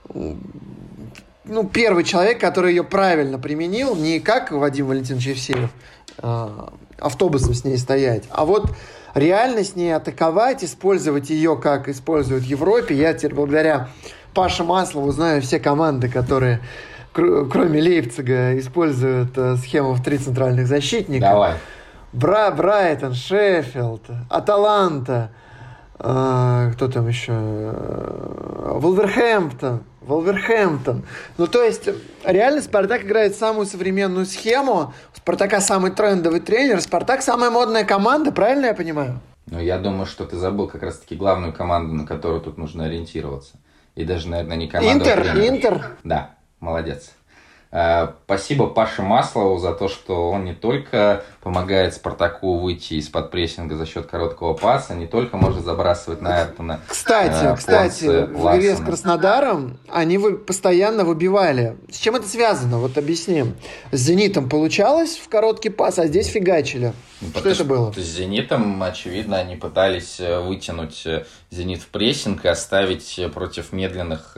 B: ну, первый человек, который ее правильно применил, не как Вадим Валентинович Евсеев, а, автобусом с ней стоять, а вот реально с ней атаковать, использовать ее, как используют в Европе. Я теперь благодаря Паше Маслову знаю все команды, которые, кроме Лейпцига, используют схему в три центральных защитника.
A: Давай.
B: Бра, Брайтон, Шеффилд, Аталанта. Uh, кто там еще? Вулверхэмптон. Вулверхэмптон. Ну, то есть, реально Спартак играет самую современную схему. У Спартака самый трендовый тренер. Спартак самая модная команда, правильно я понимаю?
A: Ну, я думаю, что ты забыл как раз-таки главную команду, на которую тут нужно ориентироваться. И даже, наверное, не команду.
B: Интер,
A: а
B: Интер.
A: Да, молодец. Спасибо Паше Маслову за то, что он не только помогает Спартаку выйти из-под прессинга за счет короткого паса, не только может забрасывать на Эртона.
B: Кстати,
A: э,
B: кстати,
A: Понце,
B: в игре с Краснодаром они вы постоянно выбивали. С чем это связано? Вот объясним. С «Зенитом» получалось в короткий пас, а здесь фигачили.
A: Ну,
B: что это было?
A: С «Зенитом», очевидно, они пытались вытянуть «Зенит» в прессинг и оставить против медленных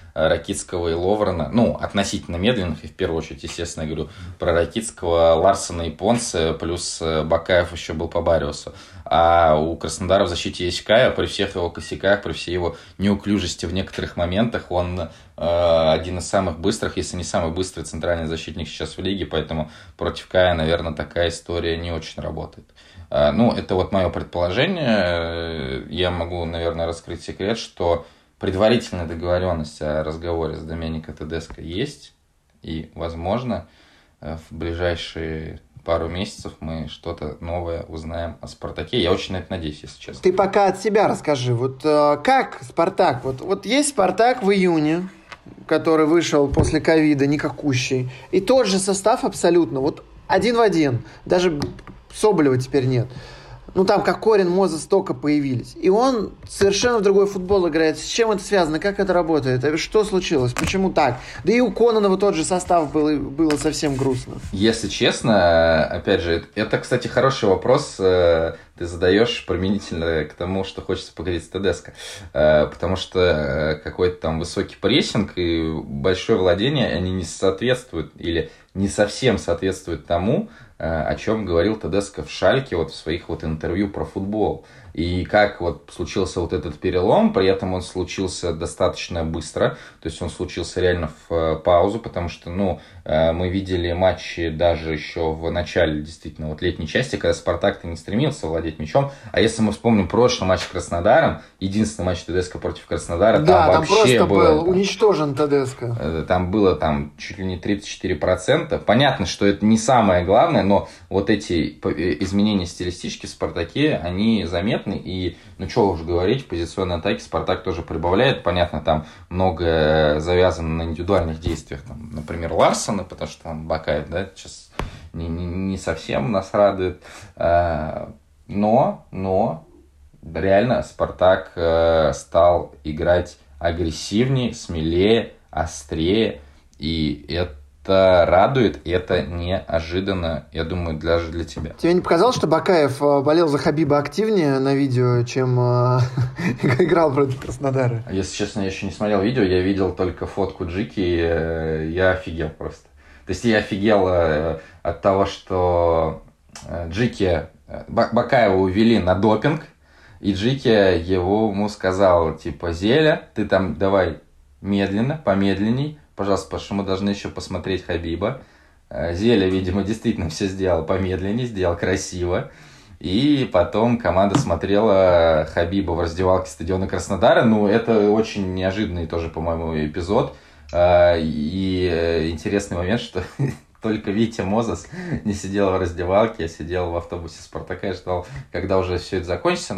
A: Ракитского и Ловрена, ну, относительно медленных, и в первую очередь, естественно, я говорю про Ракитского, Ларсена и Понце, плюс Бакаев еще был по Бариусу. А у Краснодара в защите есть Кая, при всех его косяках, при всей его неуклюжести в некоторых моментах, он э, один из самых быстрых, если не самый быстрый центральный защитник сейчас в лиге, поэтому против Кая, наверное, такая история не очень работает. Э, ну, это вот мое предположение. Я могу, наверное, раскрыть секрет, что предварительная договоренность о разговоре с Доменико Тедеско есть, и, возможно, в ближайшие пару месяцев мы что-то новое узнаем о «Спартаке». Я очень на это надеюсь, если честно.
B: Ты пока от себя расскажи. Вот э, как «Спартак»? Вот, вот есть «Спартак» в июне, который вышел после ковида, никакущий. И тот же состав абсолютно. Вот один в один. Даже Соболева теперь нет. Ну, там Кокорин, Мозес только появились. И он совершенно в другой футбол играет. С чем это связано? Как это работает? Что случилось? Почему так? Да и у Кононова тот же состав был, и было совсем грустно.
A: Если честно, опять же, это, кстати, хороший вопрос ты задаешь применительно к тому, что хочется поговорить с Тедеско. Потому что какой-то там высокий прессинг и большое владение, они не соответствуют или не совсем соответствуют тому, о чем говорил Тедеско в Шальке вот в своих вот интервью про футбол. И как вот случился вот этот перелом, при этом он случился достаточно быстро, то есть он случился реально в паузу, потому что, ну, мы видели матчи даже еще в начале, действительно, вот летней части, когда Спартак-то не стремился владеть мячом, а если мы вспомним прошлый матч с Краснодаром, единственный матч Тедеско против Краснодара,
B: да,
A: там,
B: там
A: вообще
B: просто
A: было,
B: был там, уничтожен Тедеско.
A: Там было там чуть ли не тридцать четыре процента. Понятно, что это не самое главное, но вот эти изменения стилистически в «Спартаке», они заметны. И, ну, что уж говорить, в позиционной атаке «Спартак» тоже прибавляет. Понятно, там много завязано на индивидуальных действиях. Там, например, Ларсена, потому что там Бакаев, да, сейчас не, не, не совсем нас радует. Но, но реально «Спартак» стал играть агрессивнее, смелее, острее. И это Это радует, и это неожиданно, я думаю, даже для тебя.
B: Тебе не показалось, что Бакаев болел за Хабиба активнее на видео, чем играл против Краснодара?
A: Если честно, я еще не смотрел видео, я видел только фотку Джики, и я офигел просто. То есть я офигел от того, что Джики, Бакаева увели на допинг, и Джики его ему сказал, типа, Зеля, ты там давай медленно, помедленней, пожалуйста, потому что мы должны еще посмотреть Хабиба. Зеля, видимо, действительно все сделал помедленнее, сделал красиво. И потом команда смотрела Хабиба в раздевалке стадиона Краснодара. Ну, это очень неожиданный тоже, по-моему, эпизод. И интересный момент, что только Витя Мозес не сидел в раздевалке, а сидел в автобусе «Спартака» и ждал, когда уже все это закончится.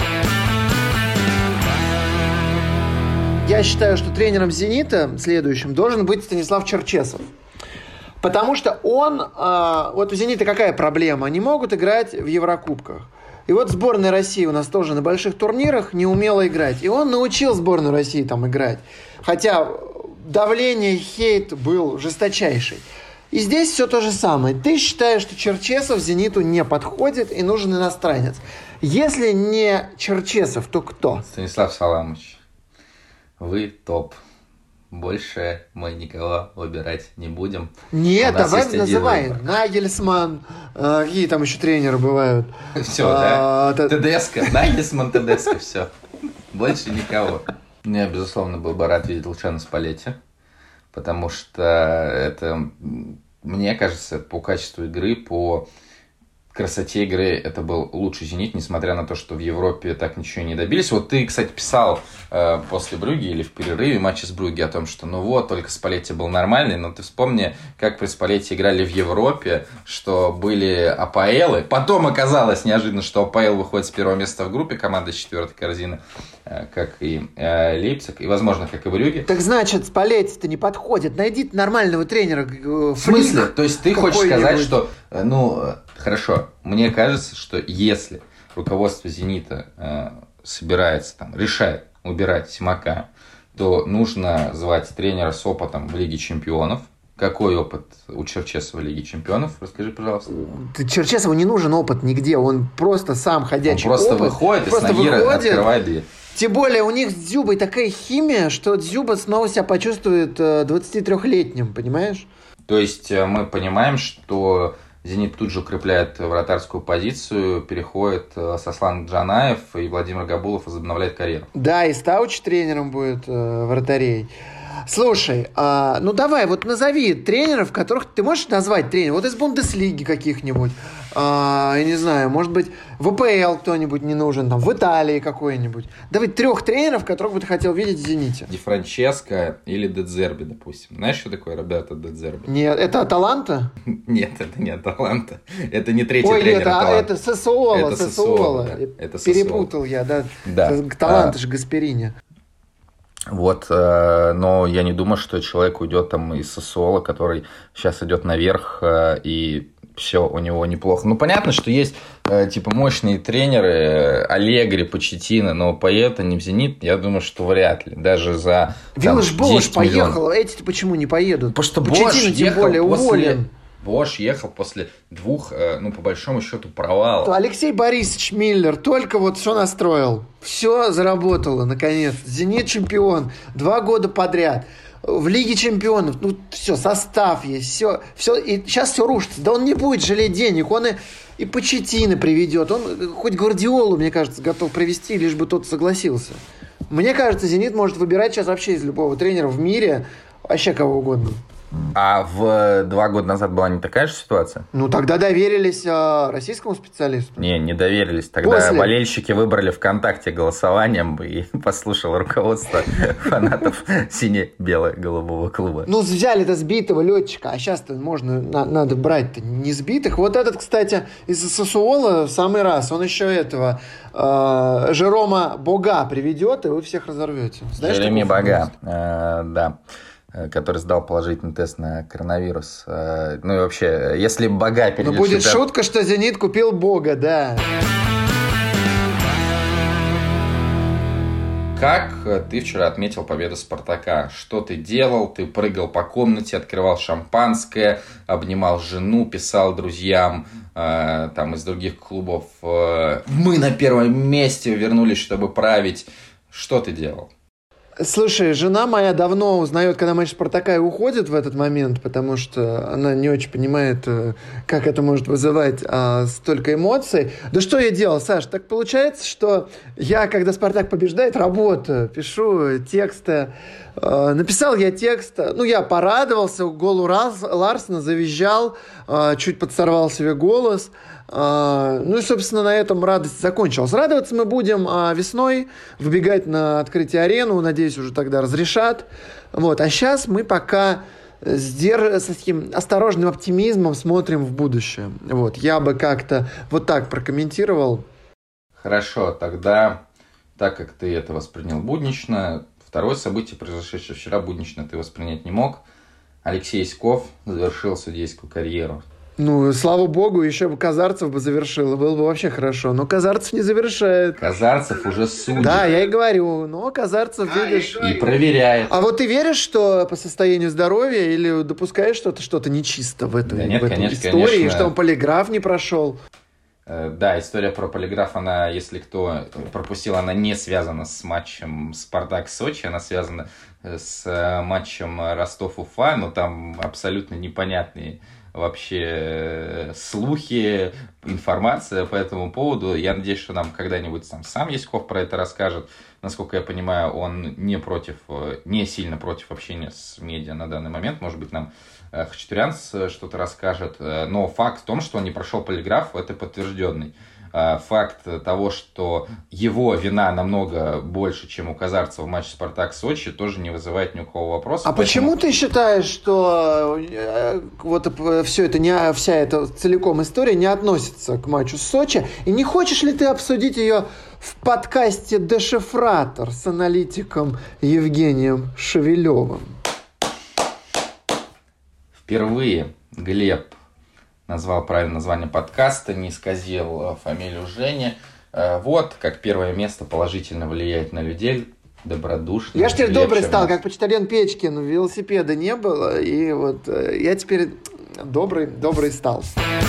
B: Я считаю, что тренером «Зенита» следующим должен быть Станислав Черчесов. Потому что он... Э, вот у «Зенита» какая проблема? Они могут играть в Еврокубках. И вот сборная России у нас тоже на больших турнирах не умела играть. И он научил сборную России там играть. Хотя давление, хейт был жесточайший. И здесь все то же самое. Ты считаешь, что Черчесов «Зениту» не подходит и нужен иностранец. Если не Черчесов, то кто?
A: Станислав Саламович. Вы топ. Больше мы никого выбирать не будем.
B: Нет, давай называй. Нагельсман. Э, какие там еще тренеры бывают?
A: Все, а, да? Тедеско. Нагельсман, Тедеско, все. Больше никого. Я, безусловно, был бы рад видеть Лучано Спалетти. Потому что это, мне кажется, по качеству игры, по красоте игры это был лучший «Зенит», несмотря на то, что в Европе так ничего не добились. Вот ты, кстати, писал э, после Брюгге или в перерыве матча с Брюгге о том, что ну вот, только Спалетти был нормальный, но ты вспомни, как при Спалетти играли в Европе, что были АПЛы. Потом оказалось неожиданно, что АПЛ выходит с первого места в группе, команда из четвертой корзины, э, как и э, Лейпциг, и, возможно, как и Брюгге.
B: Так значит, Спалетти-то не подходит. Найди нормального тренера.
A: В смысле? То есть ты хочешь сказать, что, э, ну, хорошо, мне кажется, что если руководство «Зенита» э, собирается, там, решает убирать Симака, то нужно звать тренера с опытом в Лиге Чемпионов, Какой опыт у Черчесова Лиги Чемпионов? Расскажи, пожалуйста.
B: Черчесову не нужен опыт нигде, он просто сам ходячий
A: опыт. Он просто
B: опыт.
A: выходит
B: просто
A: и с ноги
B: выходит.
A: открывает дверь.
B: Тем более у них с Дзюбой такая химия, что Дзюба снова себя почувствует двадцатитрёхлетним, понимаешь?
A: То есть мы понимаем, что «Зенит» тут же укрепляет вратарскую позицию, переходит Сослан Джанаев, и Владимир Габулов возобновляет карьеру.
B: Да, и Стауч тренером будет э, вратарей. Слушай, а, ну давай, вот назови тренеров, которых ты можешь назвать тренеров, вот из Бундеслиги каких-нибудь, а, я не знаю, может быть, в АПЛ кто-нибудь не нужен, там, в Италии какой-нибудь. Давай трех тренеров, которых бы ты хотел видеть в «Зените».
A: Ди Франческо или Де Дзерби, допустим. Знаешь, что такое Роберто Де Дзерби?
B: Нет, это Аталанта?
A: Нет, это не Аталанта. Это не третий
B: Ой,
A: тренер
B: это,
A: Аталанты.
B: это Сассуоло,
A: Это
B: Сассуоло.
A: Сассуоло, да. Это Сассуоло.
B: Перепутал я, да.
A: Да.
B: Талант
A: А...
B: же Гасперини.
A: Вот, э, но я не думаю, что человек уйдет там из Сассуоло, который сейчас идет наверх, э, и все у него неплохо. Ну, понятно, что есть э, типа мощные тренеры, Аллегри, Почеттино, но поедет они в «Зенит», я думаю, что вряд ли. Даже за
B: Виллаж Бош поехал,
A: миллионов.
B: эти-то почему не поедут?
A: Потому что
B: Почеттино
A: Бош
B: тем более
A: после...
B: уволен.
A: Бош ехал после двух, ну, по большому счету, провалов.
B: Алексей Борисович Миллер только вот все настроил. Все заработало, наконец. «Зенит» чемпион. Два года подряд. В Лиге чемпионов. Ну, все, состав есть. Все, все, и сейчас все рушится. Да он не будет жалеть денег. Он и, и Почеттино приведет. Он хоть Гвардиолу, мне кажется, готов привести, лишь бы тот согласился. Мне кажется, «Зенит» может выбирать сейчас вообще из любого тренера в мире вообще кого угодно.
A: А в два года назад была не такая же ситуация?
B: Ну, тогда доверились э, российскому специалисту.
A: Не, не доверились. Тогда
B: После...
A: болельщики выбрали ВКонтакте голосованием и послушало руководство фанатов сине-бело-голубого клуба.
B: Ну, взяли-то сбитого летчика, а сейчас-то можно, на, надо брать-то не сбитых. Вот этот, кстати, из Сассуоло в самый раз. Он еще этого э, Жерома Бога приведет, и вы всех разорвете. Знаешь,
A: Жереми Бога, э, да. Который сдал положительный тест на коронавирус. Ну и вообще, если Бога перейдет...
B: Ну будет
A: чемпионат...
B: шутка, что «Зенит» купил Бога, да.
A: Как ты вчера отметил победу «Спартака»? Что ты делал? Ты прыгал по комнате, открывал шампанское, обнимал жену, писал друзьям э, там, из других клубов. Э, Мы на первом месте вернулись, чтобы править. Что ты делал?
B: Слушай, жена моя давно узнает, когда матч «Спартака» и уходит в этот момент, потому что она не очень понимает, как это может вызывать а, столько эмоций. Да что я делал, Саш? Так получается, что я, когда «Спартак» побеждает, работаю, пишу тексты. А, написал я текст, ну, я порадовался, голу Ларсена завизжал, а, чуть подсорвал себе голос. Uh, ну и, собственно, на этом радость закончилась. Радоваться мы будем uh, весной, выбегать на открытие арену, надеюсь, уже тогда разрешат. Вот. А сейчас мы пока с, дер... с таким осторожным оптимизмом смотрим в будущее. Вот. Я бы как-то вот так прокомментировал.
A: Хорошо, тогда, так как ты это воспринял буднично, второе событие, произошедшее вчера, буднично ты воспринять не мог. Алексей Исков завершил судейскую карьеру.
B: Ну, слава богу, еще бы Казарцев бы завершил, было бы вообще хорошо. Но Казарцев не завершает.
A: Казарцев уже судит.
B: Да, я и говорю. Но Казарцев, а, видишь...
A: И проверяет.
B: А вот ты веришь, что по состоянию здоровья или допускаешь что-то, что-то нечисто в этой,
A: да нет,
B: в этой
A: конечно,
B: истории,
A: конечно.
B: что он полиграф не прошел?
A: Да, история про полиграф, она, если кто пропустил, она не связана с матчем Спартак-Сочи, она связана с матчем Ростов-Уфа, но там абсолютно непонятные вообще слухи, информация по этому поводу. Я надеюсь, что нам когда-нибудь там сам Яськов про это расскажет. Насколько я понимаю, он не против, не сильно против общения с медиа на данный момент. Может быть, нам Хачатурян что-то расскажет. Но факт в том, что он не прошел полиграф, это подтвержденный. Факт того, что его вина намного больше, чем у Казарцева в матче «Спартак-Сочи», тоже не вызывает ни у кого вопросов.
B: А поэтому... почему ты считаешь, что вот все это, не, вся эта целиком история не относится к матчу с Сочи? И не хочешь ли ты обсудить ее в подкасте «Дешифратор» с аналитиком Евгением Шевелевым?
A: Впервые Глеб назвал правильное название подкаста, не исказил фамилию Жени. Вот как первое место положительно влияет на людей. добродушным.
B: Я ж теперь
A: легче
B: добрый стал,
A: нас.
B: как почтальон Печкин. Велосипеда не было, и вот э, я теперь добрый, добрый стал.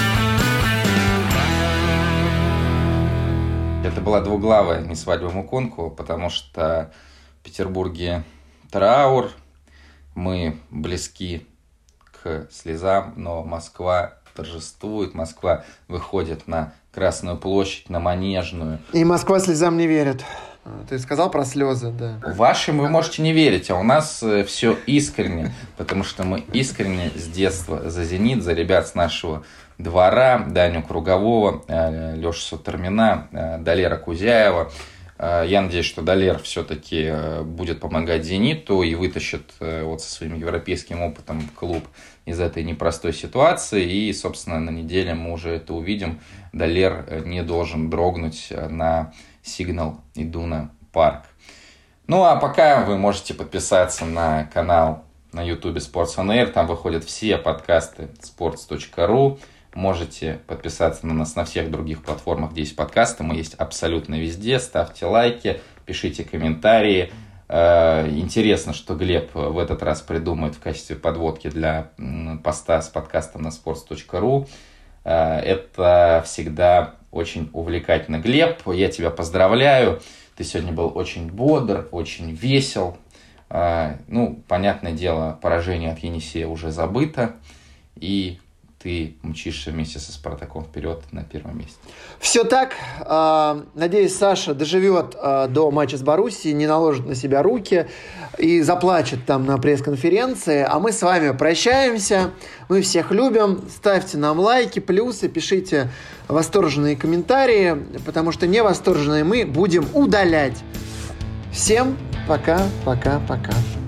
A: Это была двуглавая «Не свадьба Муконку», потому что в Петербурге траур, мы близки к слезам, но Москва торжествует, Москва выходит на Красную площадь, на Манежную.
B: И Москва слезам не верит. Ты сказал про слезы, да.
A: Вашим вы можете не верить, а у нас все искренне, потому что мы искренне с детства за «Зенит», за ребят с нашего двора, Даню Кругового, Лешу Сутормина, Далера Кузяева. Я надеюсь, что Далер все-таки будет помогать «Зениту» и вытащит вот со своим европейским опытом клуб из этой непростой ситуации. И, собственно, на неделе мы уже это увидим. Далер не должен дрогнуть на Сигнал Идуна Парк. Ну, а пока вы можете подписаться на канал на YouTube Sports on Air. Там выходят все подкасты sports точка ru. Можете подписаться на нас на всех других платформах, где есть подкасты. Мы есть абсолютно везде. Ставьте лайки, пишите комментарии. Интересно, что Глеб в этот раз придумает в качестве подводки для поста с подкастом на sports точка ru. Это всегда очень увлекательно. Глеб, я тебя поздравляю. Ты сегодня был очень бодр, очень весел. Ну, понятное дело, поражение от Енисея уже забыто. И ты мчишься вместе со «Спартаком» вперед на первом месте.
B: Все так. Надеюсь, Саша доживет до матча с Боруссией, не наложит на себя руки и заплачет там на пресс-конференции. А мы с вами прощаемся. Мы всех любим. Ставьте нам лайки, плюсы, пишите восторженные комментарии, потому что невосторженные мы будем удалять. Всем пока, пока, пока.